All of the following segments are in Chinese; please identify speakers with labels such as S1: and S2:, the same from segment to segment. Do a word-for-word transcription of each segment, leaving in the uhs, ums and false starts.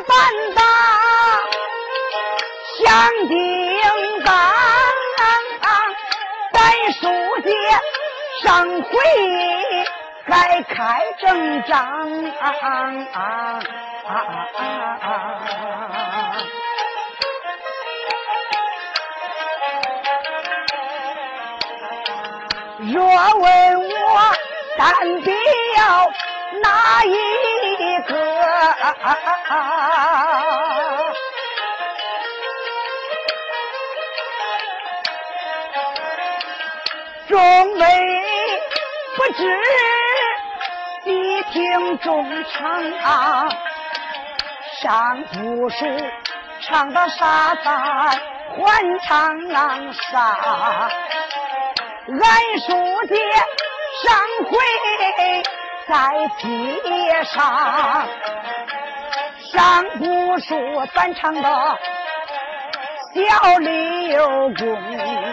S1: 半打响叮当，咱书接上回该开正章啊啊啊啊啊！若问我单必要哪一个？众位不知细听中唱啊，上不是唱到沙旦还唱沙，俺书接上回在街上，上不说咱唱的小刘公，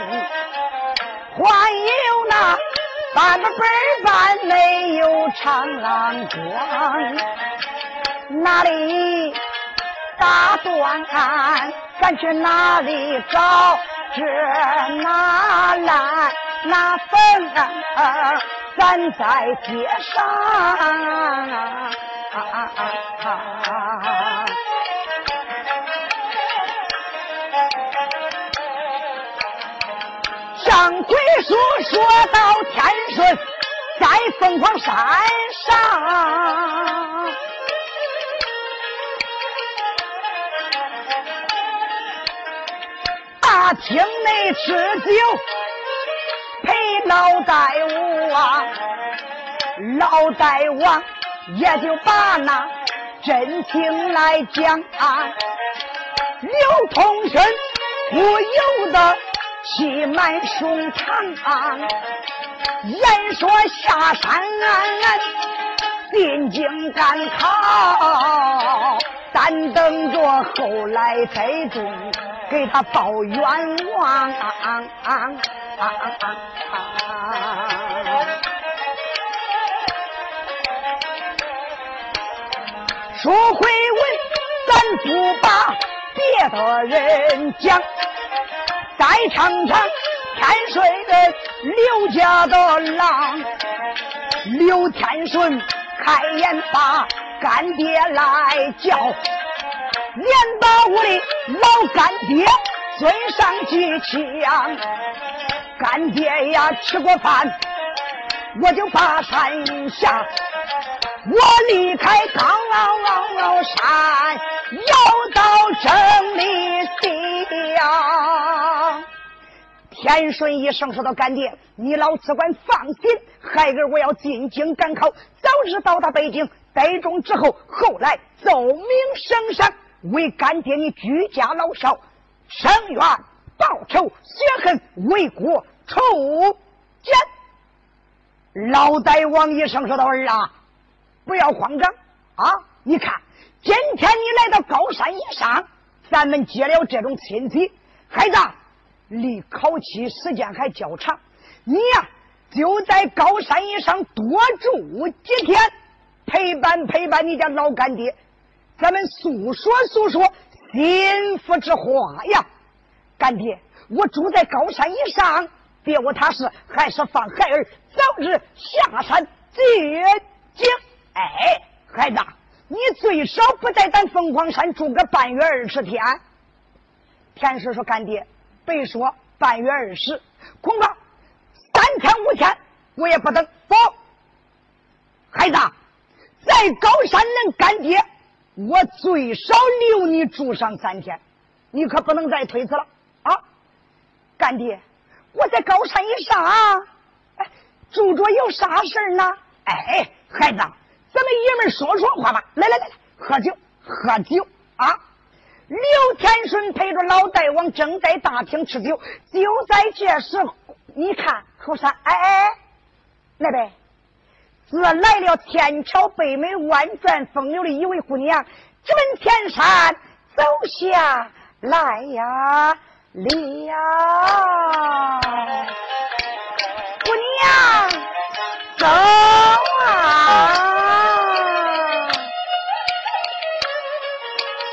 S1: 还有那半个本班没有长光，哪里打断咱去哪里找这哪来那份儿咱在街上啊啊啊啊！上回书说到天顺在凤凰山上，大厅内吃酒陪老大王，老大王也就把那真情来讲啊，刘通顺不由得气满胸膛，言说下山进京赶考，但等着后来才中给他报冤枉啊啊啊啊啊！说回文，咱不把别的人讲，再唱唱天顺的刘家的郎。刘天顺开眼把干爹来叫，连把我的老干爹尊上几枪。干爹呀吃过饭我就把山下，我离开高山要到城里下。天顺一声说到干爹，你老只管放心，孩儿我要进京赶考，早日到达北京，待中之后，后来奏明圣上，为干爹你居家老少，伸冤报仇雪恨，为国筹奸。老大王一声说道：儿啊，不要慌张啊！你看今天你来到高山以上，咱们结了这种亲戚，孩子离考期时间还较长，你呀、啊、就在高山以上多住几天，陪伴陪伴你家老干爹，咱们诉说诉说心腹之话呀。干爹，我住在高山以上，别无他事，还是放孩儿早日下山接京。哎，孩子，你最少不在咱凤凰山住个半月二十天。天师说：干爹，别说半月二十，恐怕三天五天我也不等。不，孩子，在高山能干爹，我最少留你住上三天，你可不能再推辞了啊！干爹，我在高山以上啊，哎，住着有啥事呢？哎，孩子，咱们爷们说说话吧。来来来来，喝酒喝酒啊！刘天顺陪着老大王正在大厅吃酒，就在这时候，你看后山，哎哎，那边自来了天朝北美万转风流的一位姑娘，直奔天山走下来呀了。姑娘走啊，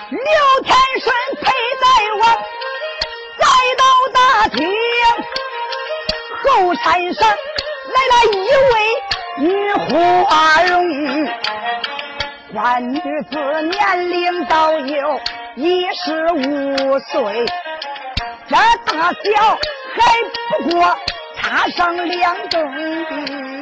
S1: 刘天顺陪大王来到大厅，后山上来了一位女花容，那女子年龄早有一十五岁，这大小还不过差上两更。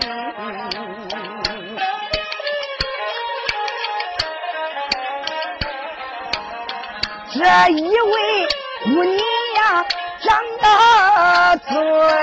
S1: 这一位姑娘长得嘴，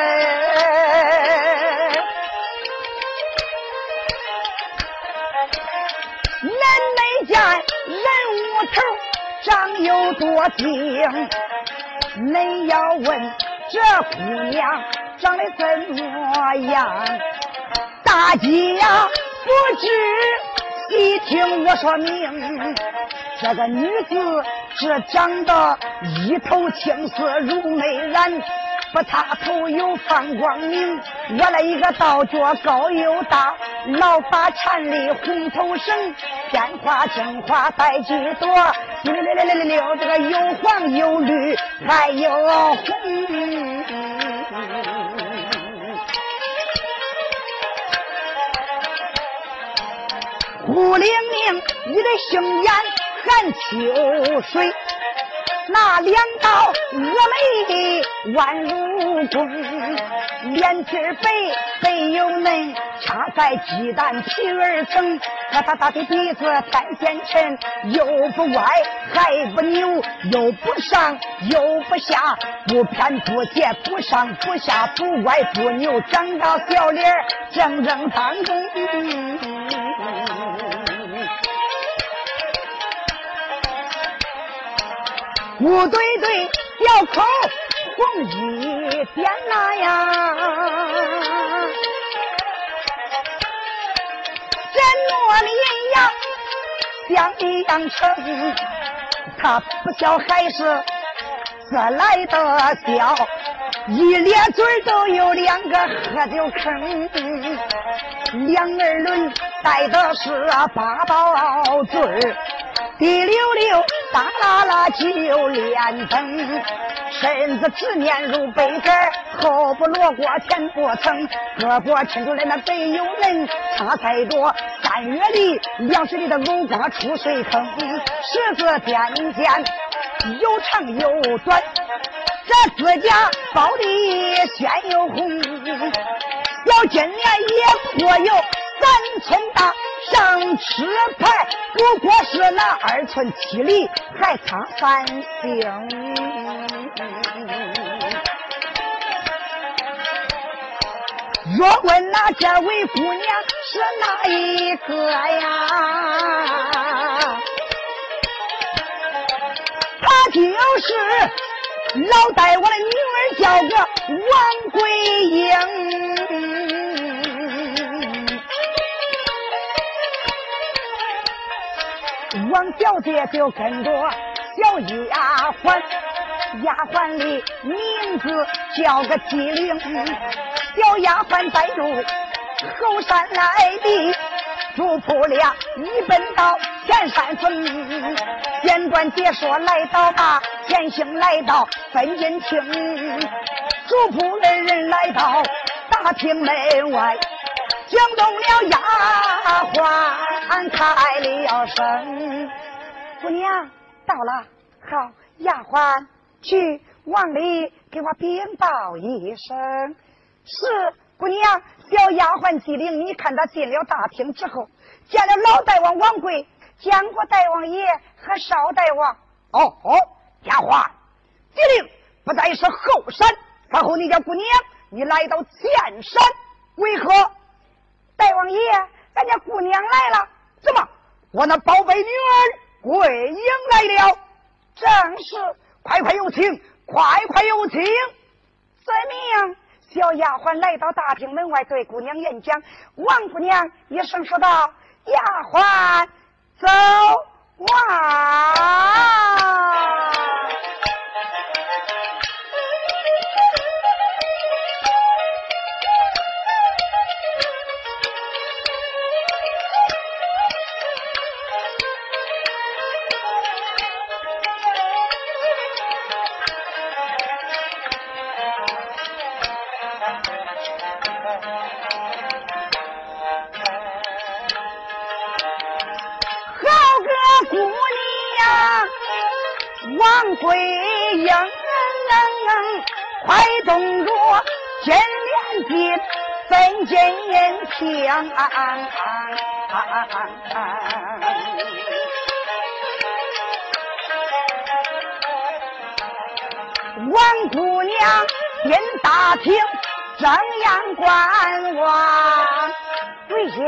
S1: 人没见人无头长有多精，恁要问这姑娘长得怎么样，大家不知细听我说明。这个女子是长得一头青丝如美髯，不插头有放光明，我来一个倒脚高又大，老把缠里红头绳，鲜花真花带几朵，溜溜溜溜溜，这个有黄有绿还有红。胡灵灵你的杏眼含秋水，那两道峨眉宛如弓，脸皮白白又嫩，插在鸡蛋皮儿层，他他他的鼻子太显沉，又不歪还不扭，又不上又不下，不偏不斜，不上不下，不歪不扭，长到小脸正正当中。不对对，小口红一点那呀，这糯米呀像一样成，他不笑还是自来的笑，一咧嘴都有两个喝酒坑，两耳轮带的是八宝嘴儿，滴溜溜大啦啦就连灯，身子直面如杯盖，后不落过前不曾，胳膊抻出来那背有人，插在着三月里粮食里的藕瓜出水坑，十字尖尖又长又短，这指甲包的鲜又红，小金莲也颇有三寸大，上吃牌不过是那二寸七厘，还差三星。若问那这位姑娘是哪一个呀？她就是老带我的女儿叫个王桂英。王小姐就跟着小丫鬟，丫鬟的名字叫个机灵，小丫鬟带入后山来的，主仆俩一奔到前山村，简短解说来到吧，前行来到分金厅，主仆二人来到大厅门外，惊动了丫鬟开了声，姑娘到了，好，丫鬟去往里给我禀报一声。是姑娘。小丫鬟机灵，你看他进了大厅之后，见了老大王王贵，见过大王爷和少大王。哦哦，丫鬟机灵不再是后山，然后你家姑娘你来到前山，为何？大王爷，咱家姑娘来了。怎么？我那宝贝女儿桂英来了。正是，快快有请，快快有请。遵命。小丫鬟来到大厅门外，对姑娘演讲。王姑娘一声说道：“丫鬟，走啊！” 姑娘王桂英，快动着金莲鬓分金枪，王姑娘进大厅正阳观望，跪下。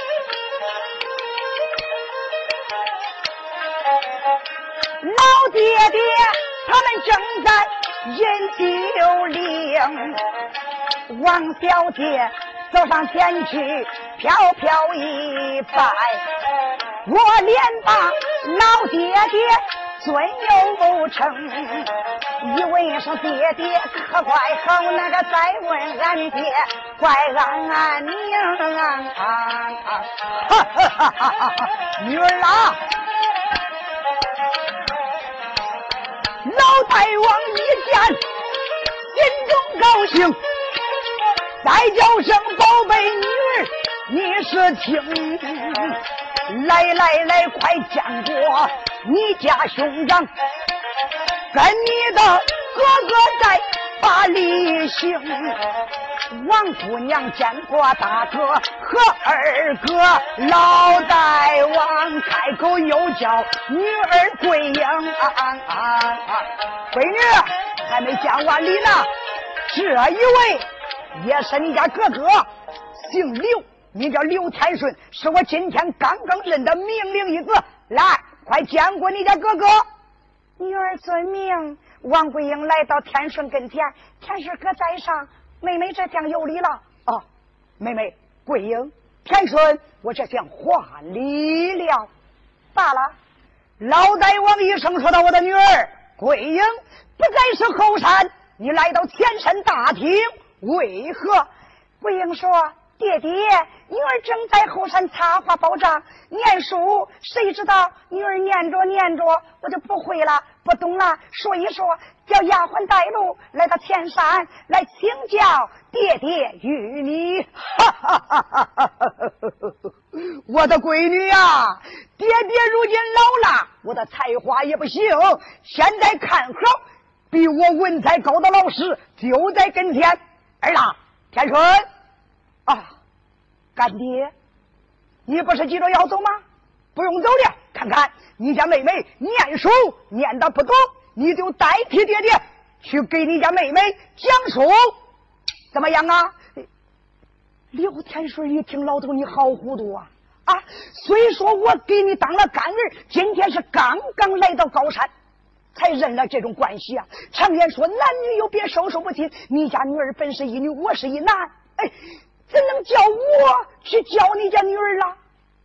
S1: 老爹爹他们正在饮酒令，王小姐走上前去飘飘一拜，我连把老爹爹尊有称，一问声爹爹可怪好，那个再问俺爹怪俺娘啊！哈哈哈哈哈！女儿啊，老大王一见心中高兴，再叫声宝贝女儿你是听，来来来快见过你家兄长，跟你的哥哥在把礼行。王姑娘见过大哥和二哥，老大王开口又叫女儿桂英，啊啊啊啊！闺女还没讲完礼呢，这一位也是你家哥哥，姓刘，你叫刘天顺，是我今天刚刚认的命令一子，来快见过你家哥哥。女儿遵命。王桂英来到天顺跟前，天顺哥在上，妹妹这厢有礼了。哦，妹妹桂英，天顺，我这厢还礼了。罢了。老大王一声说到我的女儿桂英不再是后山，你来到天山大厅，为何？桂英说，爹爹，女儿正在后山插花宝杖念书，谁知道女儿念着念着我就不会了，不懂了，所以说叫丫鬟带路来到天山来请教爹爹与你。哈哈哈哈哈哈！我的闺女啊，爹爹如今老了，我的才华也不行，现在看好比我文采高的老师就在跟前。儿啦，天顺啊，干爹，你不是急着要走吗？不用走了，看看你家妹妹念书念得不懂，你就代替爹爹去给你家妹妹讲书，怎么样啊？刘天顺一听，老头你好糊涂啊！啊，虽说我给你当了干儿，今天是刚刚来到高山才认了这种关系啊。常言说男女有别，授受不亲，你家女儿本是一女，我是一男，哎，怎能叫我去教你家女儿了？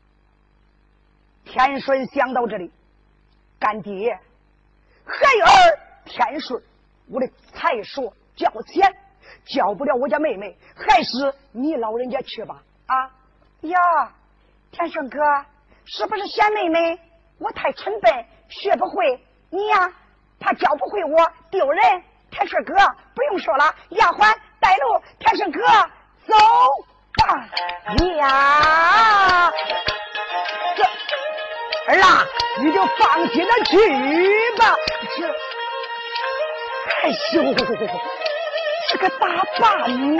S1: 天顺想到这里，干爹孩儿天顺，我的才说较钱，教不了我家妹妹，还是你老人家去吧。啊呀，天顺哥，是不是嫌妹妹我太蠢笨学不会，你呀怕教不会我丢人？天顺哥不用说了，丫鬟带路，天顺哥走吧呀。这儿啊，你就放心的去吧。这哎呦，这个大把女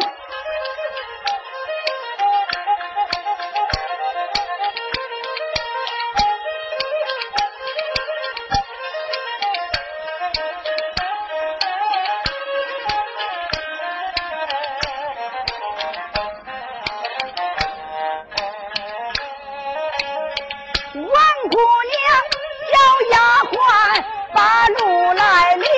S1: 把路来领，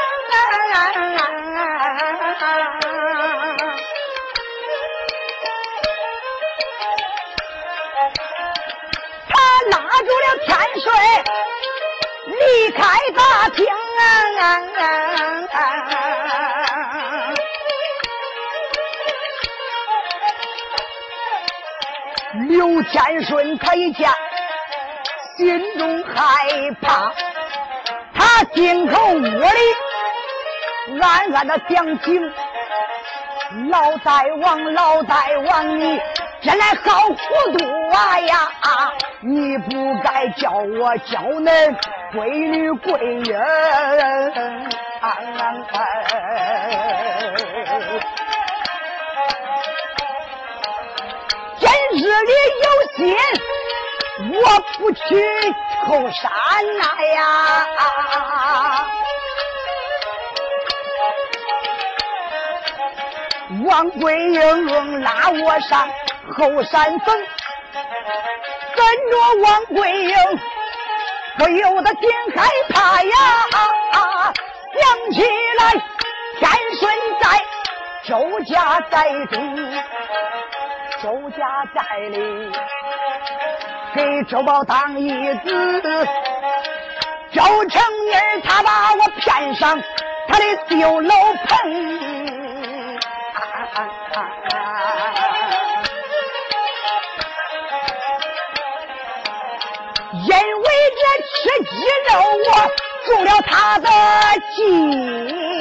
S1: 他拉住了天顺离开大厅，刘天顺他一见心中害怕，他进口屋里暗暗的想情，老大王老大王你原来好糊涂啊呀！你不该叫我叫恁闺女贵人。今日里有心，我不去后山呐呀！王桂英拉我上后山峰，跟着王桂英不由得挺害怕呀！想起来天顺在，周家在中，周家在里给周宝当义子，周成儿他把我骗上他的绣楼棚。因为这吃鸡肉我中了他的计，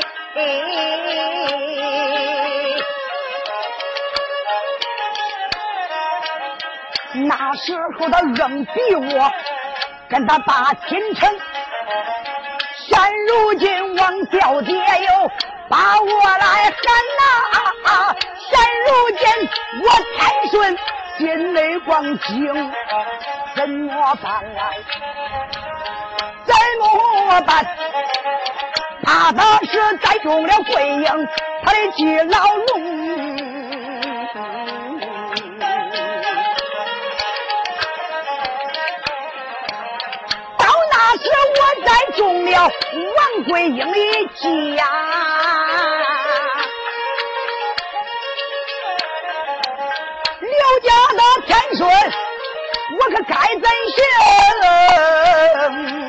S1: 那时候他仍比我跟他把亲成，现如今王小姐又把我来喊呐、啊，现如今我天顺心内光惊，怎么办来？怎么办？他当时栽中了桂英他的鸡牢笼，到那时我栽中了王桂英的鸡呀！刘家的天顺我可该怎行？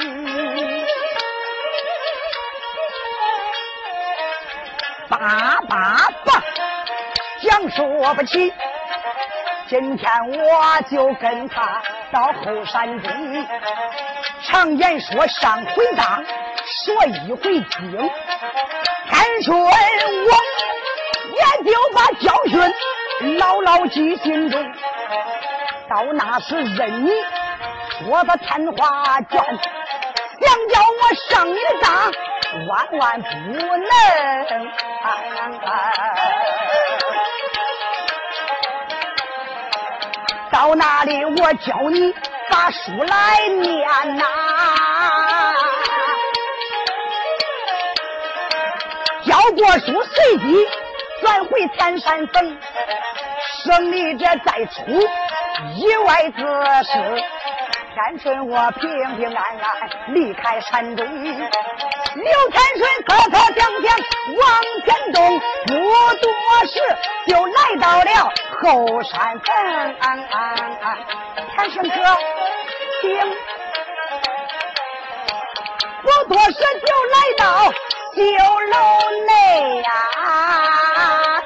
S1: 爸爸爸讲说不起，今天我就跟他到后山中，常言说上回当，说一回经，天顺我也就把教训牢牢记心中，到那时任你说的天花转，想叫我上你的当，万万不能。到那里我教你把书来念呐、啊，教过书随即转回天山峰，胜利者再出意外之事，天顺我平平安安离开山中，刘天顺磕磕锵锵往前动，不多时就来到了后山峰。天顺哥请，不多时就来到酒楼内呀、啊，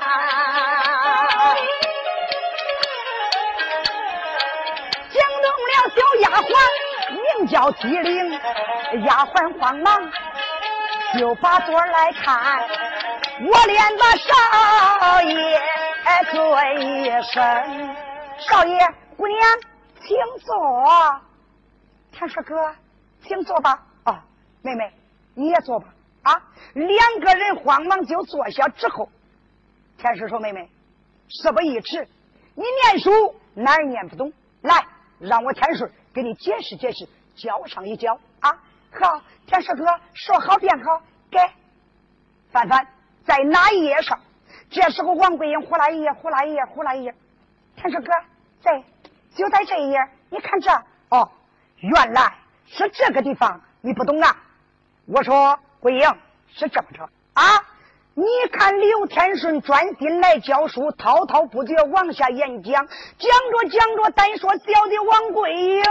S1: 惊动了小丫鬟名叫机灵，丫鬟慌忙就把桌来看，我连把少爷尊一声，少爷姑娘请坐。天顺哥请坐吧。哦，妹妹你也坐吧。啊，两个人慌忙就坐下之后，天顺说妹妹事不宜迟，你念书哪儿念不懂，来让我天顺给你解释解释，教上一教啊。好，天顺哥说好便好。给凡凡在哪一页上？这时候王桂英呼啦一页呼啦一页呼啦一页，天顺哥在就在这一页，你看这哦，原来是这个地方，你不懂啊。我说桂英是这么着啊，你看刘天顺专心来教书，滔滔不绝往下演讲，讲着讲着单说小的王桂英，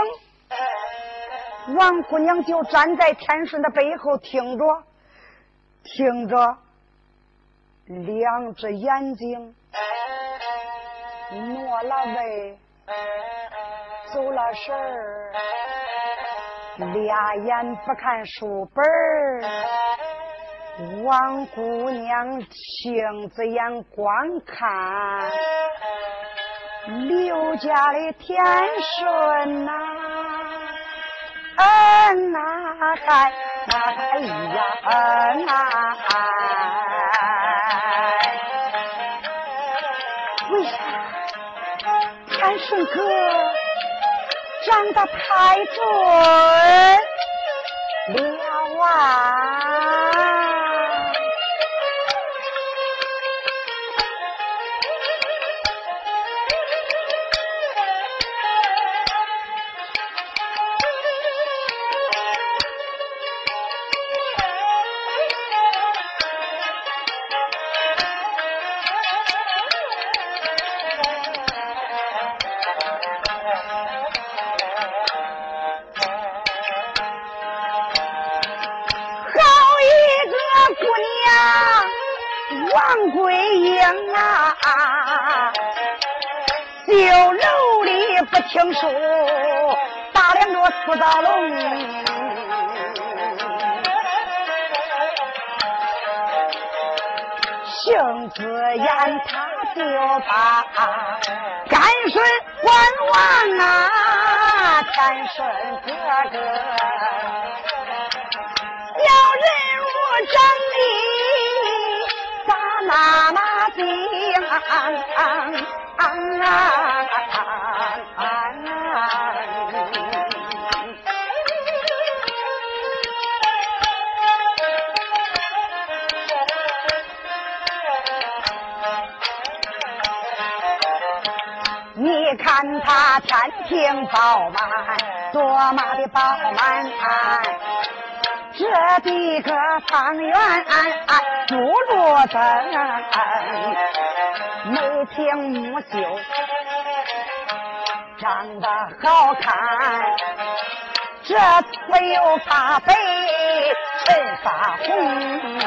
S1: 王姑娘就站在天顺的背后听着听着，两只眼睛挪了位，走了神儿，俩眼不看书本儿。王姑娘青子眼光看， 刘家的天顺呐，嗯呐嗨，哎呀嗯呐，为啥天顺哥长得太准了啊？王桂英啊，酒楼里不听书，打量着四道龙，性子眼他就把甘顺还王啊，甘顺哥哥小人物整理妈妈病，你看他天庭饱满，多么的饱满，这的个汤圆猪肉灯，眉清目秀，长得好看，这次又发白衬发红，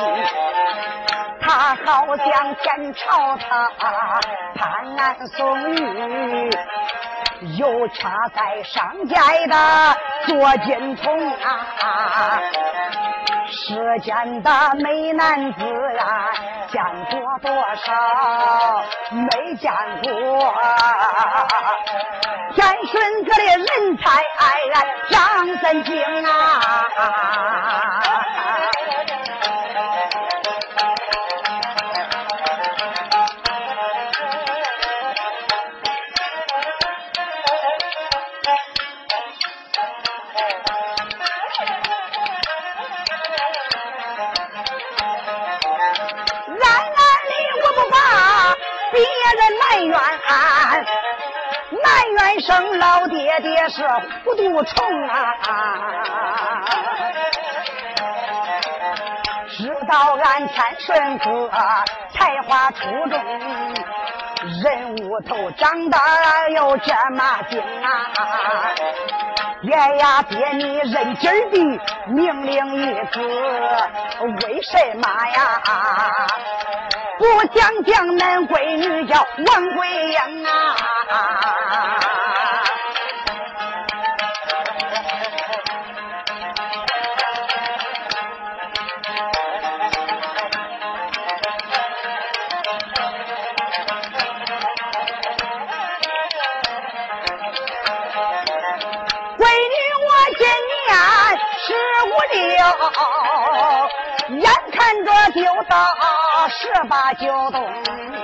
S1: 他好像天朝他潘安宋玉，又插在上街的左金童啊，世间的美男子啊，见过多少没见过，天顺阁的人才张三经啊，埋怨生老爹爹是糊涂虫啊，知道俺天顺哥才华出众，人物头长得又这么精啊，爷呀爹你认真的命令一子，为什么呀不讲讲恁闺女叫王桂英啊？闺女我今年十五六，眼看着就到十八九冬，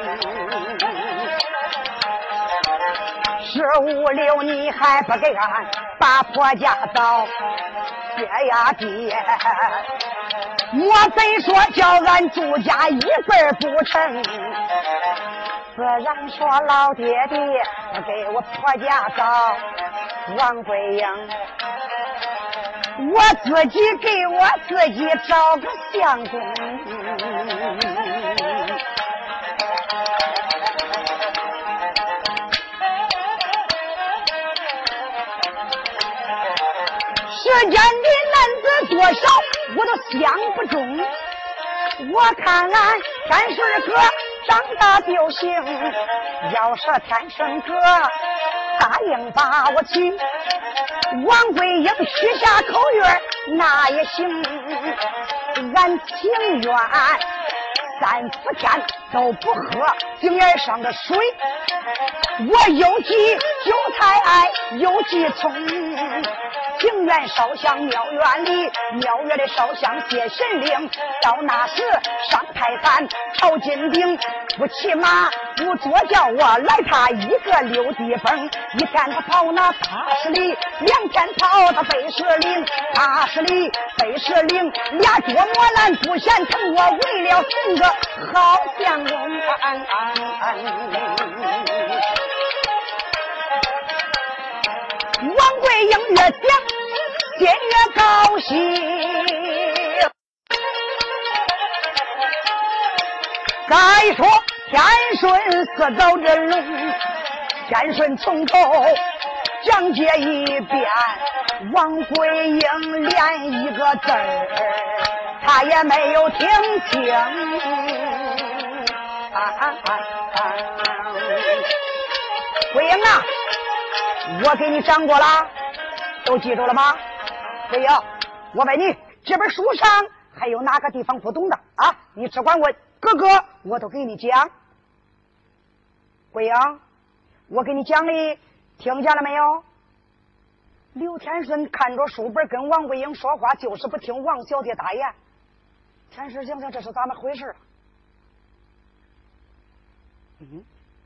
S1: 十五六你还不给俺把婆家找，爹呀爹，莫非说叫俺住家一份不成？自然说老爹爹不给我婆家找王桂英，我自己给我自己找个相公。世间的男子多少我都想不中，我看俺天顺哥长大就行，要是天顺哥答应把我娶，王桂英许下口约那也行，俺情愿三伏天都不喝井沿上的水。我有记韭菜，有记葱，井院烧香庙院里，庙院的烧香谢神灵。到那时上太山朝金顶，不骑马不坐轿，我来他一个溜地风。一天他跑那八十里，两天跑到北十里，八十里北十里，俩脚磨烂不嫌疼，我为了寻个好相公。王桂英越想心越高兴，该说天顺四走之龙，天顺从头讲解一遍，王桂英连一个字儿他也没有听清。啊啊啊啊桂英啊，我给你讲过了，都记住了吗？桂英，我问你，这本书上还有哪个地方不懂的啊？你只管问，哥哥我都给你讲。桂英，我给你讲的听见了没有？刘天顺看着书本跟王桂英说话，就是不听王小姐答言。天师想想这是咋么回事？嗯，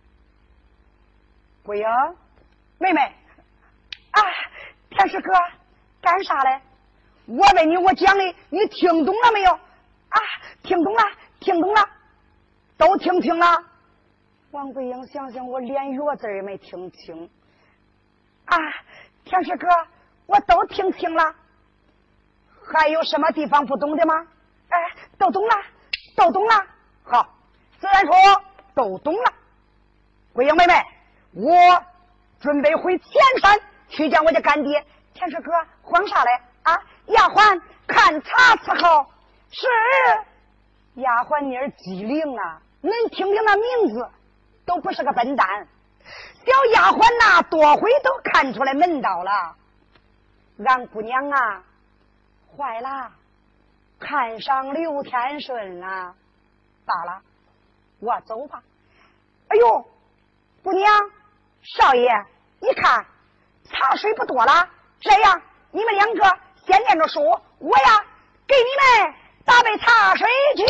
S1: 桂英妹妹啊，天师哥干啥嘞？我问你，我讲的你听懂了没有？啊，听懂了，听懂了，都听清了。王桂英想想，我连药字也没听清。啊，天师哥，我都听清了。还有什么地方不懂的吗？哎，都懂了，都懂了。好，自然说都懂了。桂英妹妹，我准备回前山去见我的干爹。天师哥，慌啥嘞？啊，丫鬟看茶伺候。是，丫鬟你儿机灵啊，恁听听那名字都不是个笨蛋。小丫鬟呐，多回都看出来门道了。俺姑娘啊，坏了，看上刘天顺了。罢了，我走吧。哎呦，姑娘，少爷，你看茶水不多了，这样你们两个先念着书，我呀给你们打杯茶水去。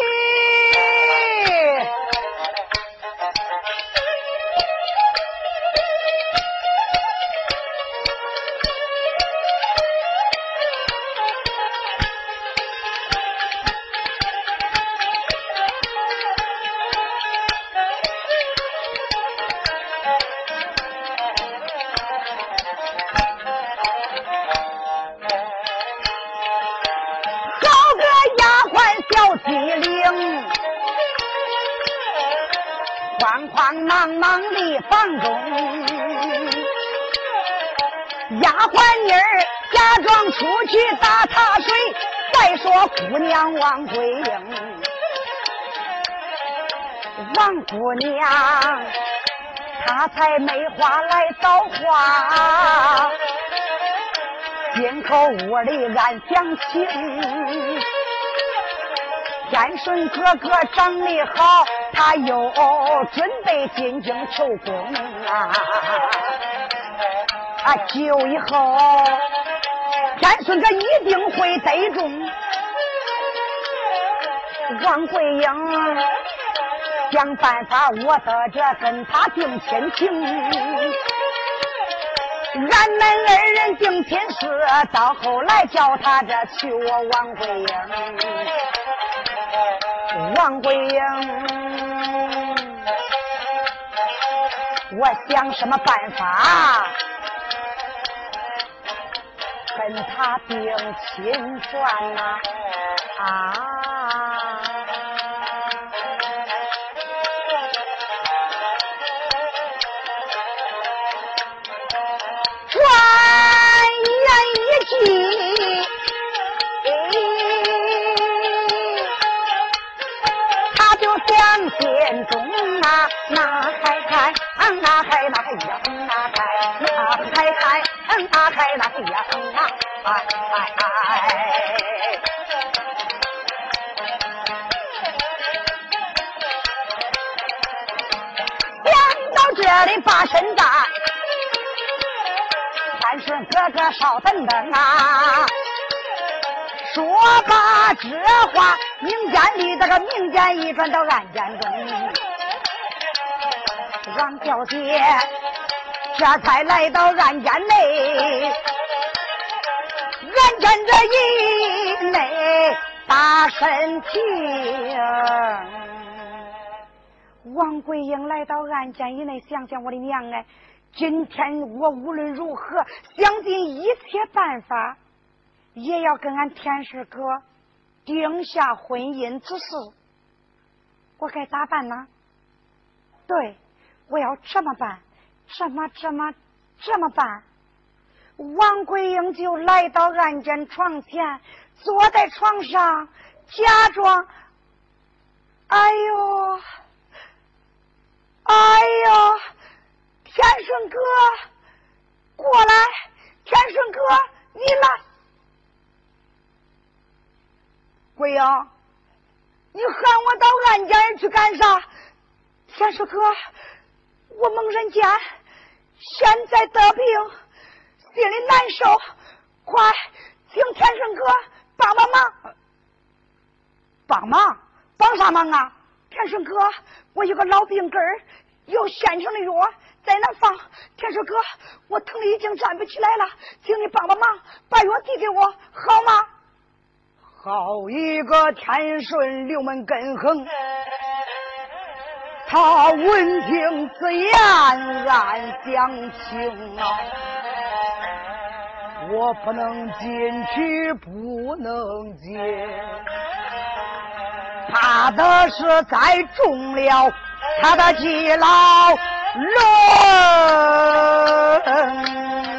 S1: 忙忙的房中，丫鬟妮儿假装出去打茶水，再说姑娘王桂英，王姑娘她才没话来造话，进口屋里暗讲情，天顺哥哥长得好，他又准备进京求功啊！啊，就以后天顺哥一定会得中。王桂英想办法，我得着跟他定亲情。俺们二人定亲事，到后来叫他这娶我王桂英。王桂英，我想什么办法跟他定亲算呐？啊！转眼一记。想心中啊，那开开，那开那开呀，那开那开开，那开那开呀，那哎哎哎！ 里把身在，天顺哥哥稍等等啊！说罢这话，民间里这个民间一转到案件中，王小姐这才来到案件内，案件这一内大声听。王桂英来到案件以内，想想我的娘哎，今天我无论如何想尽一切办法，也要跟俺天师哥定下婚姻之事。我该咋办呢？对，我要这么办，这么这么这么办。王桂英就来到案件床前，坐在床上，假装，哎呦，哎呦，天顺哥，过来，天顺哥，你来。桂英，你喊我到案件去干啥？天顺哥，我蒙人间现在得病，心里难受，快请天顺哥帮帮忙。帮忙？帮啥忙啊？天顺哥，我有个老病根儿，有现成的药在那放。天顺哥，我疼的已经站不起来了，请你帮帮忙，把药递给我好吗？好一个天顺刘门根横，他闻听此言暗相情啊，我不能进去，不能进，怕的是再中了他的记牢轮。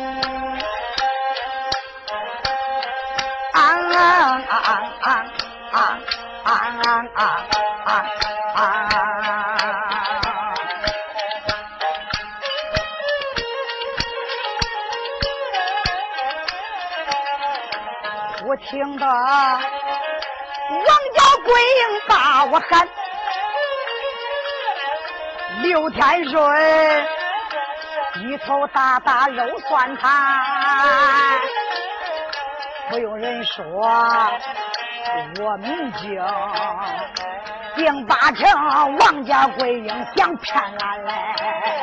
S1: 我听得王家桂英把我喊，刘天顺一头大大肉蒜摊，不用人说我明镜，定八成王家桂英想骗俺来。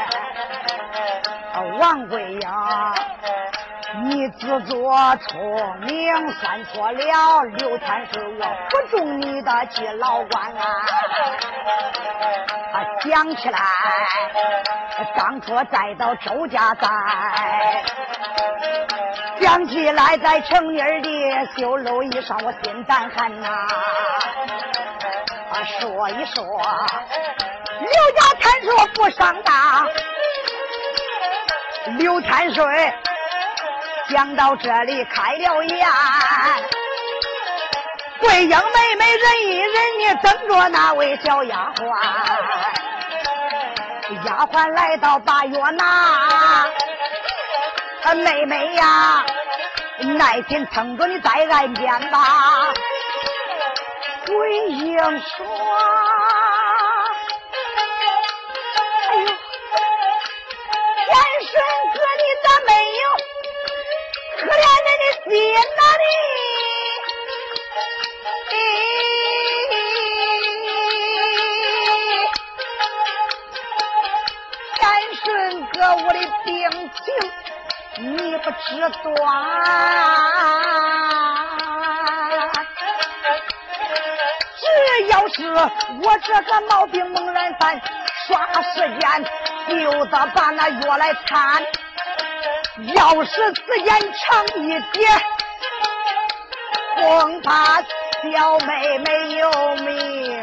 S1: 王桂英你自作聪明，算错了，刘天顺我不中你的记牢官啊！啊，想起来，当初再到周家寨，想起来在城里的修楼衣裳，我心胆寒呐！啊，说一说，刘家天顺不上当，刘天顺。讲到这里开了眼，桂英妹妹忍一忍，你等着那位小丫鬟。丫鬟来到把药拿，妹妹呀，耐心撑着你在岸边吧。桂英说：“哎呦，天顺哥，你咋没有？”可怜人的心哪里？天顺哥，我的病情你不知端，只要是我这个毛病猛然犯，刷时间就得把那药来掺。要是时间长一点，恐怕小妹妹有命，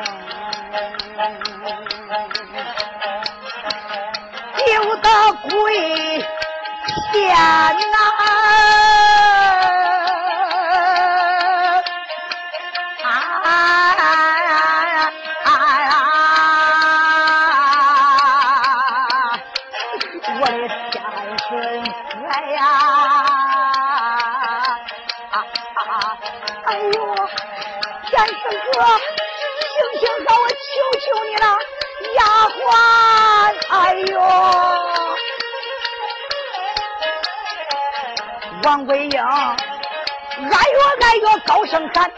S1: 有的跪天哪！天顺哥， 行行好，我求求你了，丫鬟！哎呦，王桂英哎呦哎呦高声喊，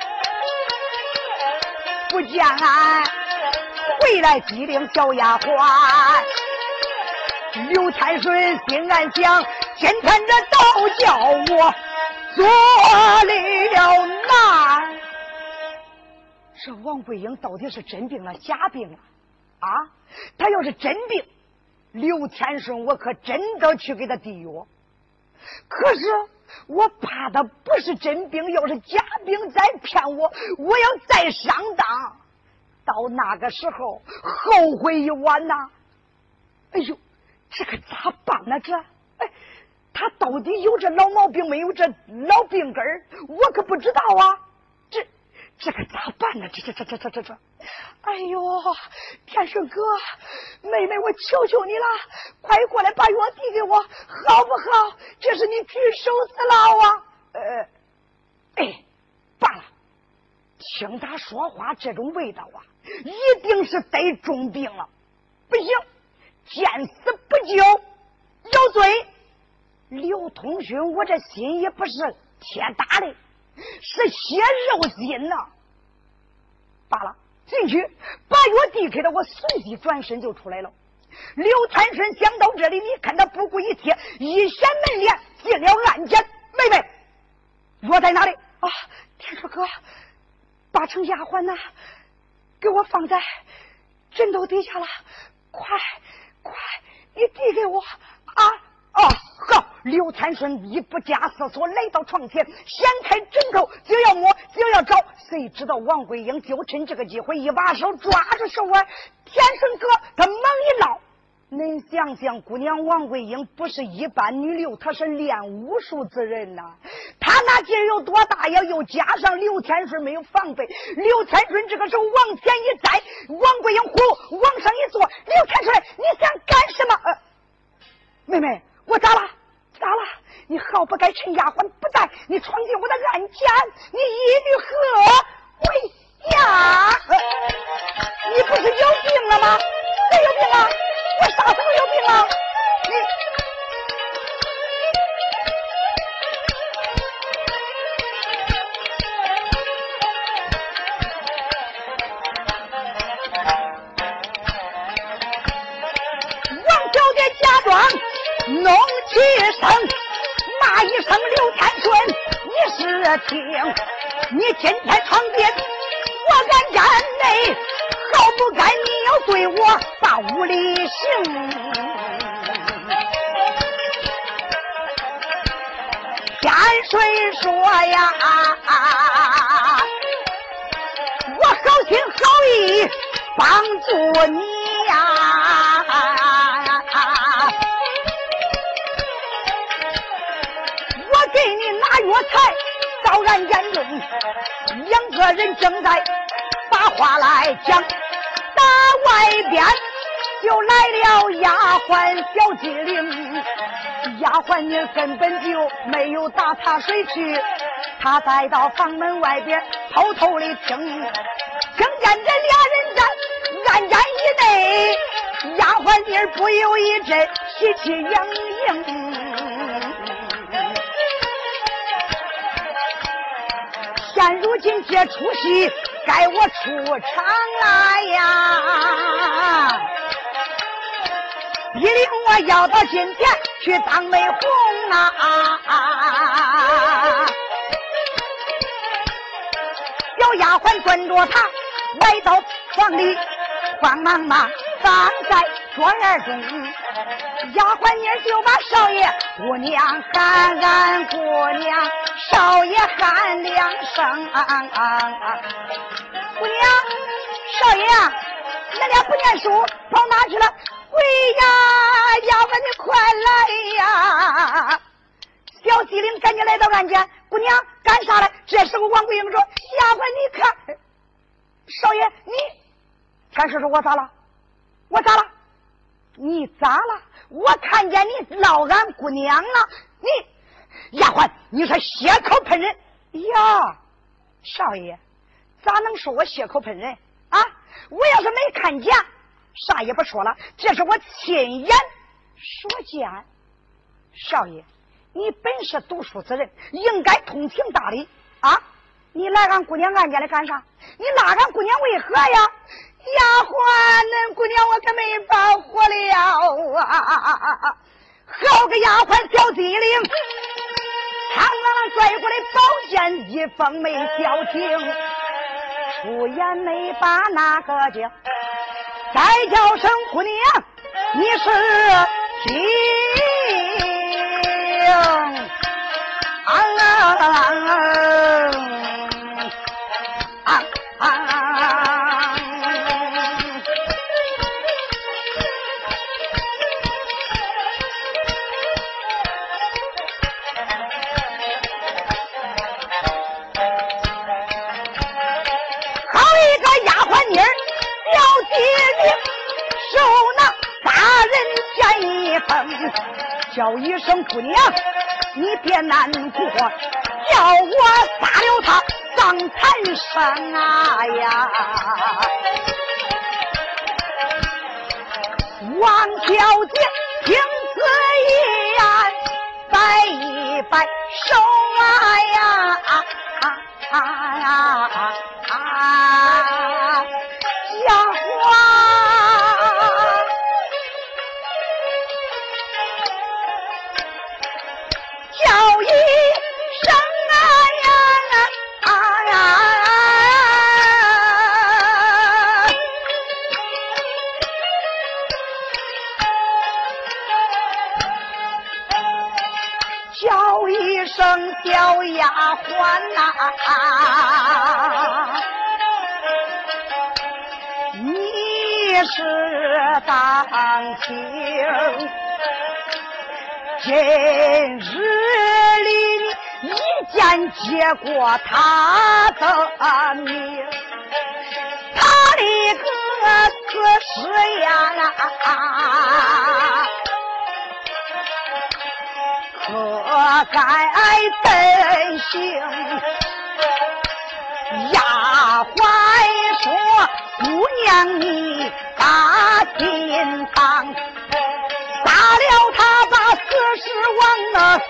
S1: 不见俺回来机灵小丫鬟。刘天顺心暗想，今天这倒叫我做了难。这王桂英到底是真病了假病了啊？他要是真病，刘天顺我可真的去给他递药。可是我怕他不是真病，要是假病再骗我，我要再上当，到那个时候后悔一晚呐！哎呦，这可咋办呢？这哎，他到底有这老毛病没有这老病根儿，我可不知道啊！这这可咋办呢？这这这这这这这！哎呦，天顺哥，妹妹，我求求你了，快过来把药递给我，好不好？这是你举手之劳啊！呃，哎，罢了，听他说话这种味道啊，一定是得重病了。不行，见死不救，有罪。刘通勋，我这心也不是铁打的，是血肉心呐、啊。罢了。进去把药递给他，我随即转身就出来了。刘天顺想到这里，你看他不顾一切，一掀门帘进了暗间。妹妹，药在哪里啊？天顺哥，八成丫鬟呐，给我放在枕头底下了，快快，你递给我啊！哦，好。刘天顺一不假思索来到床前，掀开枕头就要摸就要找，谁知道王桂英就趁这个机会一把手抓住手腕，天顺哥他猛一捞。恁想想，姑娘王桂英不是一般女流，她是练武术之人呐、啊，她那劲儿有多大呀？又加上刘天顺没有防备，刘天顺这个手往前一栽，王桂英呼往上一坐，刘天顺你想干什么？呃，妹妹，我咋了？咋了？你好不该趁丫鬟不在，你闯进我的案间，你一律何为呀？呃、你不是有病了吗？谁有病啊？我啥时候有病啊？你王小姐假装弄起声，骂一声刘天顺，你是听，你今天闯进我案间内，好不该你要对我把无理行。天顺说呀，我好心好意帮助你呀，我给你拿药材到案间中，两个人正在把话来讲，打外边就来了丫鬟小机灵，丫鬟你根本就没有打他水去，他再到房门外边偷偷的听，听见这俩人在暗间以内，丫鬟妮儿不由一阵喜气盈盈。现如今这出戏该我出场了呀，一领我要到今天去当媒红啊！小丫鬟跟着他来到房里，慌忙忙放在桌儿中，丫鬟妮就把少爷姑娘喊，俺姑娘少爷喊两声，姑娘少爷啊，恁俩不念书跑哪去了？回呀，丫鬟你快来呀！小机灵赶紧来到案前，姑娘干啥来？这时候王桂英说：丫鬟你看，少爷你干说说我咋了？我咋了？你咋了？我看见你捞俺姑娘了，你丫鬟你说血口喷人呀？少爷咋能说我血口喷人啊？ 我要是没看见，啥也不说了，这是我亲眼所见。少爷，你本是读书之人，应该通情达理啊！你来俺姑娘案件来干啥？你拉俺姑娘为何呀？丫鬟，恁姑娘我可没法活了啊！好个丫鬟小机灵，苍啷啷拽过来宝剑一锋没消停，出言没把那个叫，再叫声姑娘，你是听啊啊啊啊！好一个丫鬟妮儿，小机灵，手拿大人剑一锋，叫一声姑娘，你别难过，叫我杀了他上残生啊呀！王小姐听此一言，摆一摆手啊呀啊啊啊啊啊！丫鬟叫一声啊呀啊呀！叫一声小丫鬟呐，你是当亲。今日里你一剑接过他的命，他的个此事呀，可该怎行？丫鬟说：“姑娘你大心肠。”杀了他，把四十王啊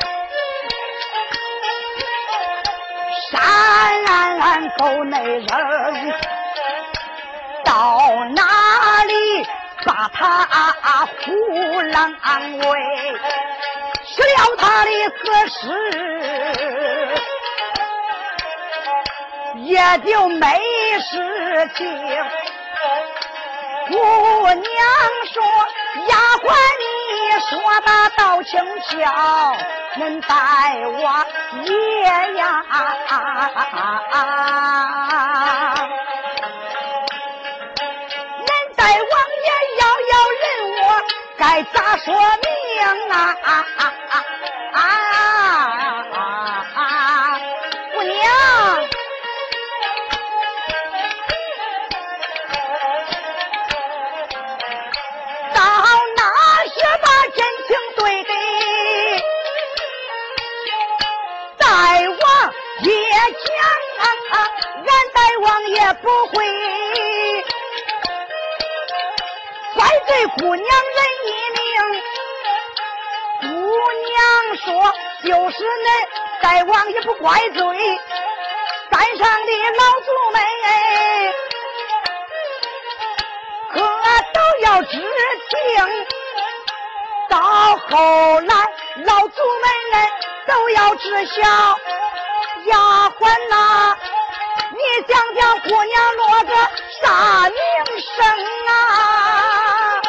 S1: 山沟内扔，到哪里把他胡浪喂，吃了他的死尸，也就没事情。姑娘说：“丫鬟你说的倒轻巧，恁带我爷呀，恁带王爷要要人我该咋说明啊？姑娘。”真情对给大王爷讲，俺大王也不会怪罪姑娘人一命。姑娘说：“就是恁大王也不怪罪，山上的老祖们可都要知情。”到后来老祖们都要知晓，丫鬟呐，你讲讲姑娘落个啥名声啊？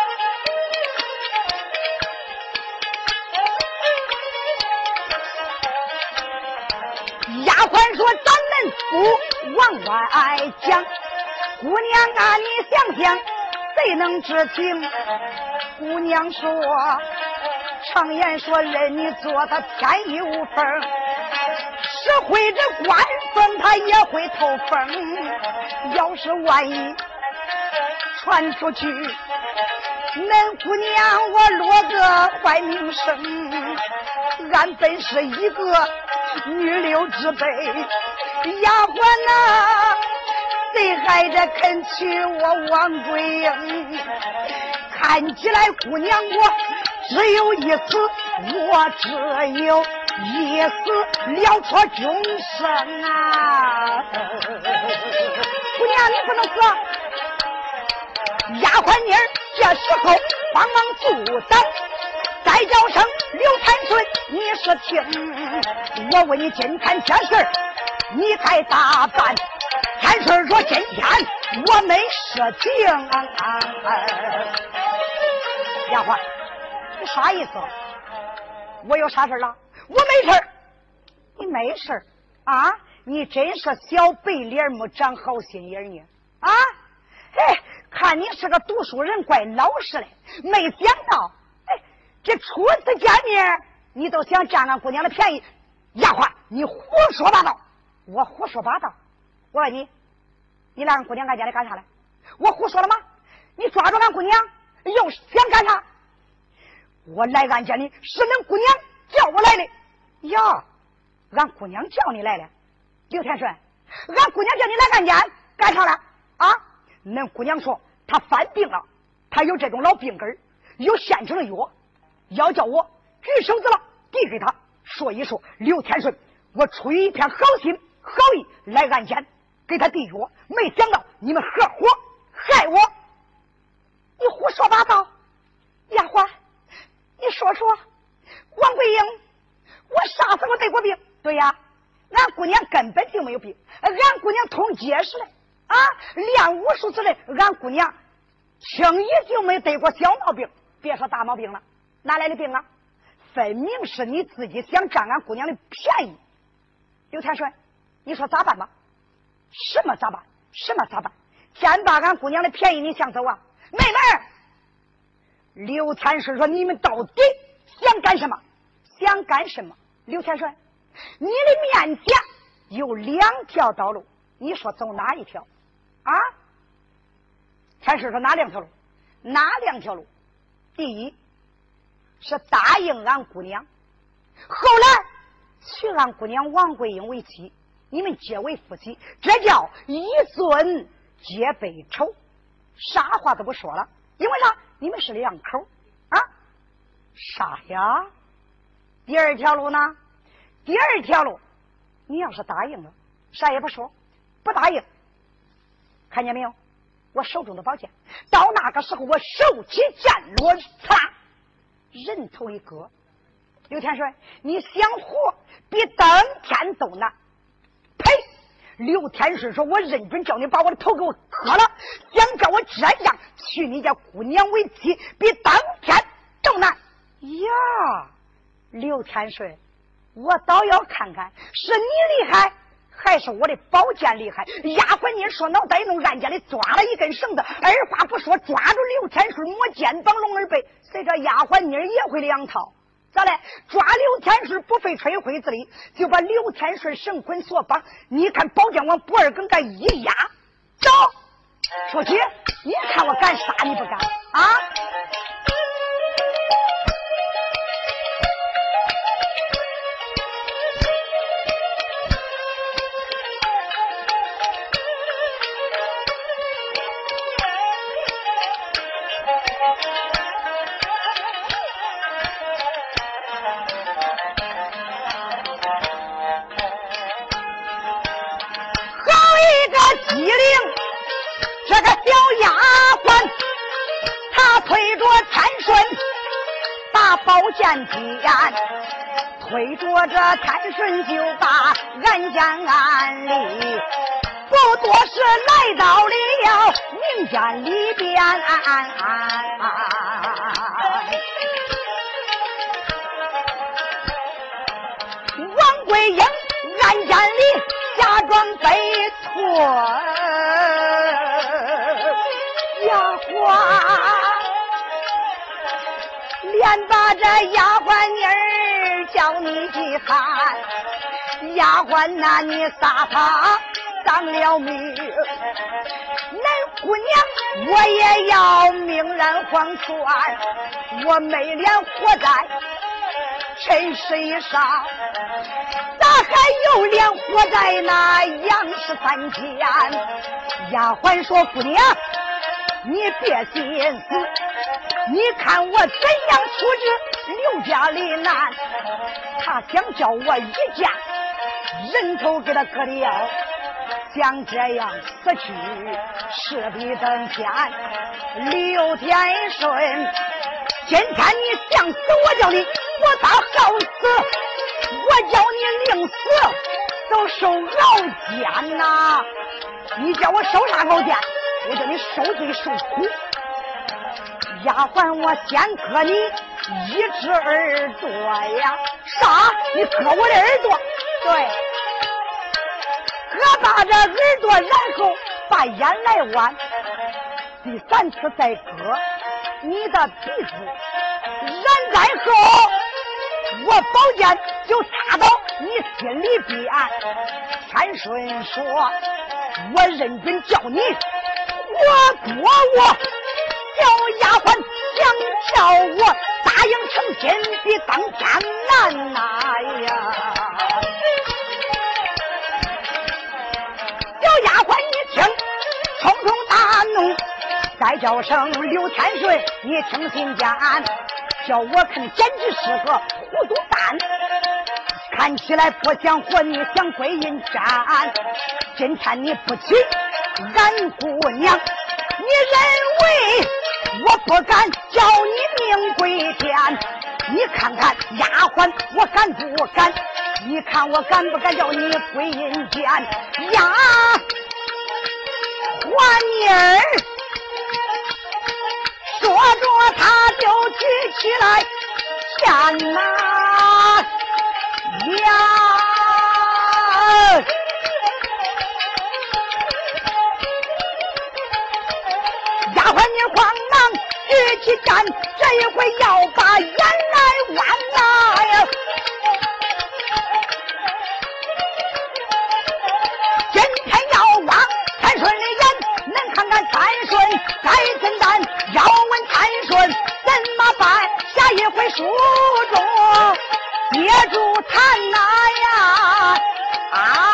S1: 丫鬟说：“咱们不往外讲，姑娘啊，你想想谁能知情？”姑娘说：“常言说人你做的天衣无缝，是会这官风他也会透风。要是万一传出去，恁姑娘我落个坏名声。俺本是一个女流之辈，丫鬟呐，谁还得肯娶我王桂英。看起来姑娘我只有一死，我只有一死了脱终生啊！姑娘你不能死！丫鬟妮儿这时候慌忙阻挡，再叫声刘参顺，你是听我问你今天这事儿你该咋办？参顺说今天我没事情啊！丫鬟你啥意思？我有啥事了？我没事。你没事啊？你真是小白脸没长好心眼呢啊！哎，看你是个读书人，怪老实的，没想到哎，这初次见面你都想占俺姑娘的便宜。丫鬟你胡说八道！我胡说八道？我问你，你来俺姑娘俺家里干啥来？我胡说了吗？你抓住俺姑娘又想干啥？我来俺家里是恁姑娘叫我来的呀！俺姑娘叫你来了，刘天顺，俺姑娘叫你来俺家干啥了啊？恁姑娘说她犯病了，她有这种老病根，有现成的药，要叫我举手指了递给她。说一说刘天顺，我出于一片好心好意来俺家给她递药，没想到你们合伙害我。你胡说八道！丫鬟你说说，王桂英我啥时候得过病？对呀，俺姑娘根本就没有病，俺姑娘通结实的啊，练武术之类，俺姑娘轻易就没得过小毛病，别说大毛病了。哪来的病啊？分明是你自己想占俺姑娘的便宜。刘天顺，你说咋办吧？什么咋办？什么咋办？先把俺姑娘的便宜你想走啊？妹妹儿，刘天顺说你们到底想干什么？想干什么？刘天顺，你的面前有两条道路，你说走哪一条啊？天顺说哪两条路？哪两条路？第一是答应俺姑娘，后来娶俺姑娘王桂英为妻，你们结为夫妻，这叫一尊结悲仇，啥话都不说了。因为啥？你们是两口啊？啥呀？第二条路呢？第二条路，你要是答应了，啥也不说，不答应，看见没有？我手中的宝剑，到那个时候我手起剑落，擦，人头一割。刘天顺，你想活比登天都难。呸！刘天顺说：“我认准叫你把我的头给我割了，想叫我这样娶你家姑娘为妻，比登天都难呀！”刘天顺，我倒要看看是你厉害还是我的宝剑厉害。丫鬟你说脑袋一弄，俺家里抓了一根绳子，二话不说抓住刘天顺摸肩膀龙儿背，随着丫鬟妮也会两套。咋嘞？抓刘天顺不费吹灰之力，就把刘天顺绳捆索绑。你看宝剑往脖儿梗干一压，走出去！你看我干啥？你不干啊？宝剑击案，推着这参顺就把俺家安里，不多时来到了民间里边。王桂英俺家里假装被拖，丫鬟连把这丫鬟妮儿叫你去喊，丫鬟呐你撒他丧了命，恁姑娘我也要命然荒川，我没脸活在趁势一杀，咋还有脸活在那杨氏三间？丫鬟说：“姑娘，你别心思，你看我怎样处置刘家里难。他想叫我一家人头给他割掉，像这样死去势必登天。刘天顺，今天你想死，我叫你我咋好死？我叫你宁死都受熬煎呐！你叫我受啥熬煎？我叫你受罪受苦。丫鬟，我先割你一只耳朵呀！啥？你割我的耳朵？对，割把这耳朵，然后把眼来剜，第三次再割你的鼻子，然然后我宝剑就插到你心里边。参顺说：“我认准叫你，我多我。”小丫鬟想叫我答应成亲，比当天难呐呀！小丫鬟一听，冲冲大怒，再叫声刘天顺，你听信间，叫我看简直是个糊涂蛋，看起来不想活，你想归阴山。今天你不娶俺姑娘，你认为我不敢叫你命归天？你看看丫鬟，我敢不敢？你看我敢不敢叫你归阴间？丫鬟妮儿说着，他就举起来天哪呀！丫鬟你慌忙举起剑，这一回要把眼来剜呐呀！今天要挖参顺的眼，能看看参顺该怎办？要问参顺怎么办？下一回书中接住参呐呀！啊！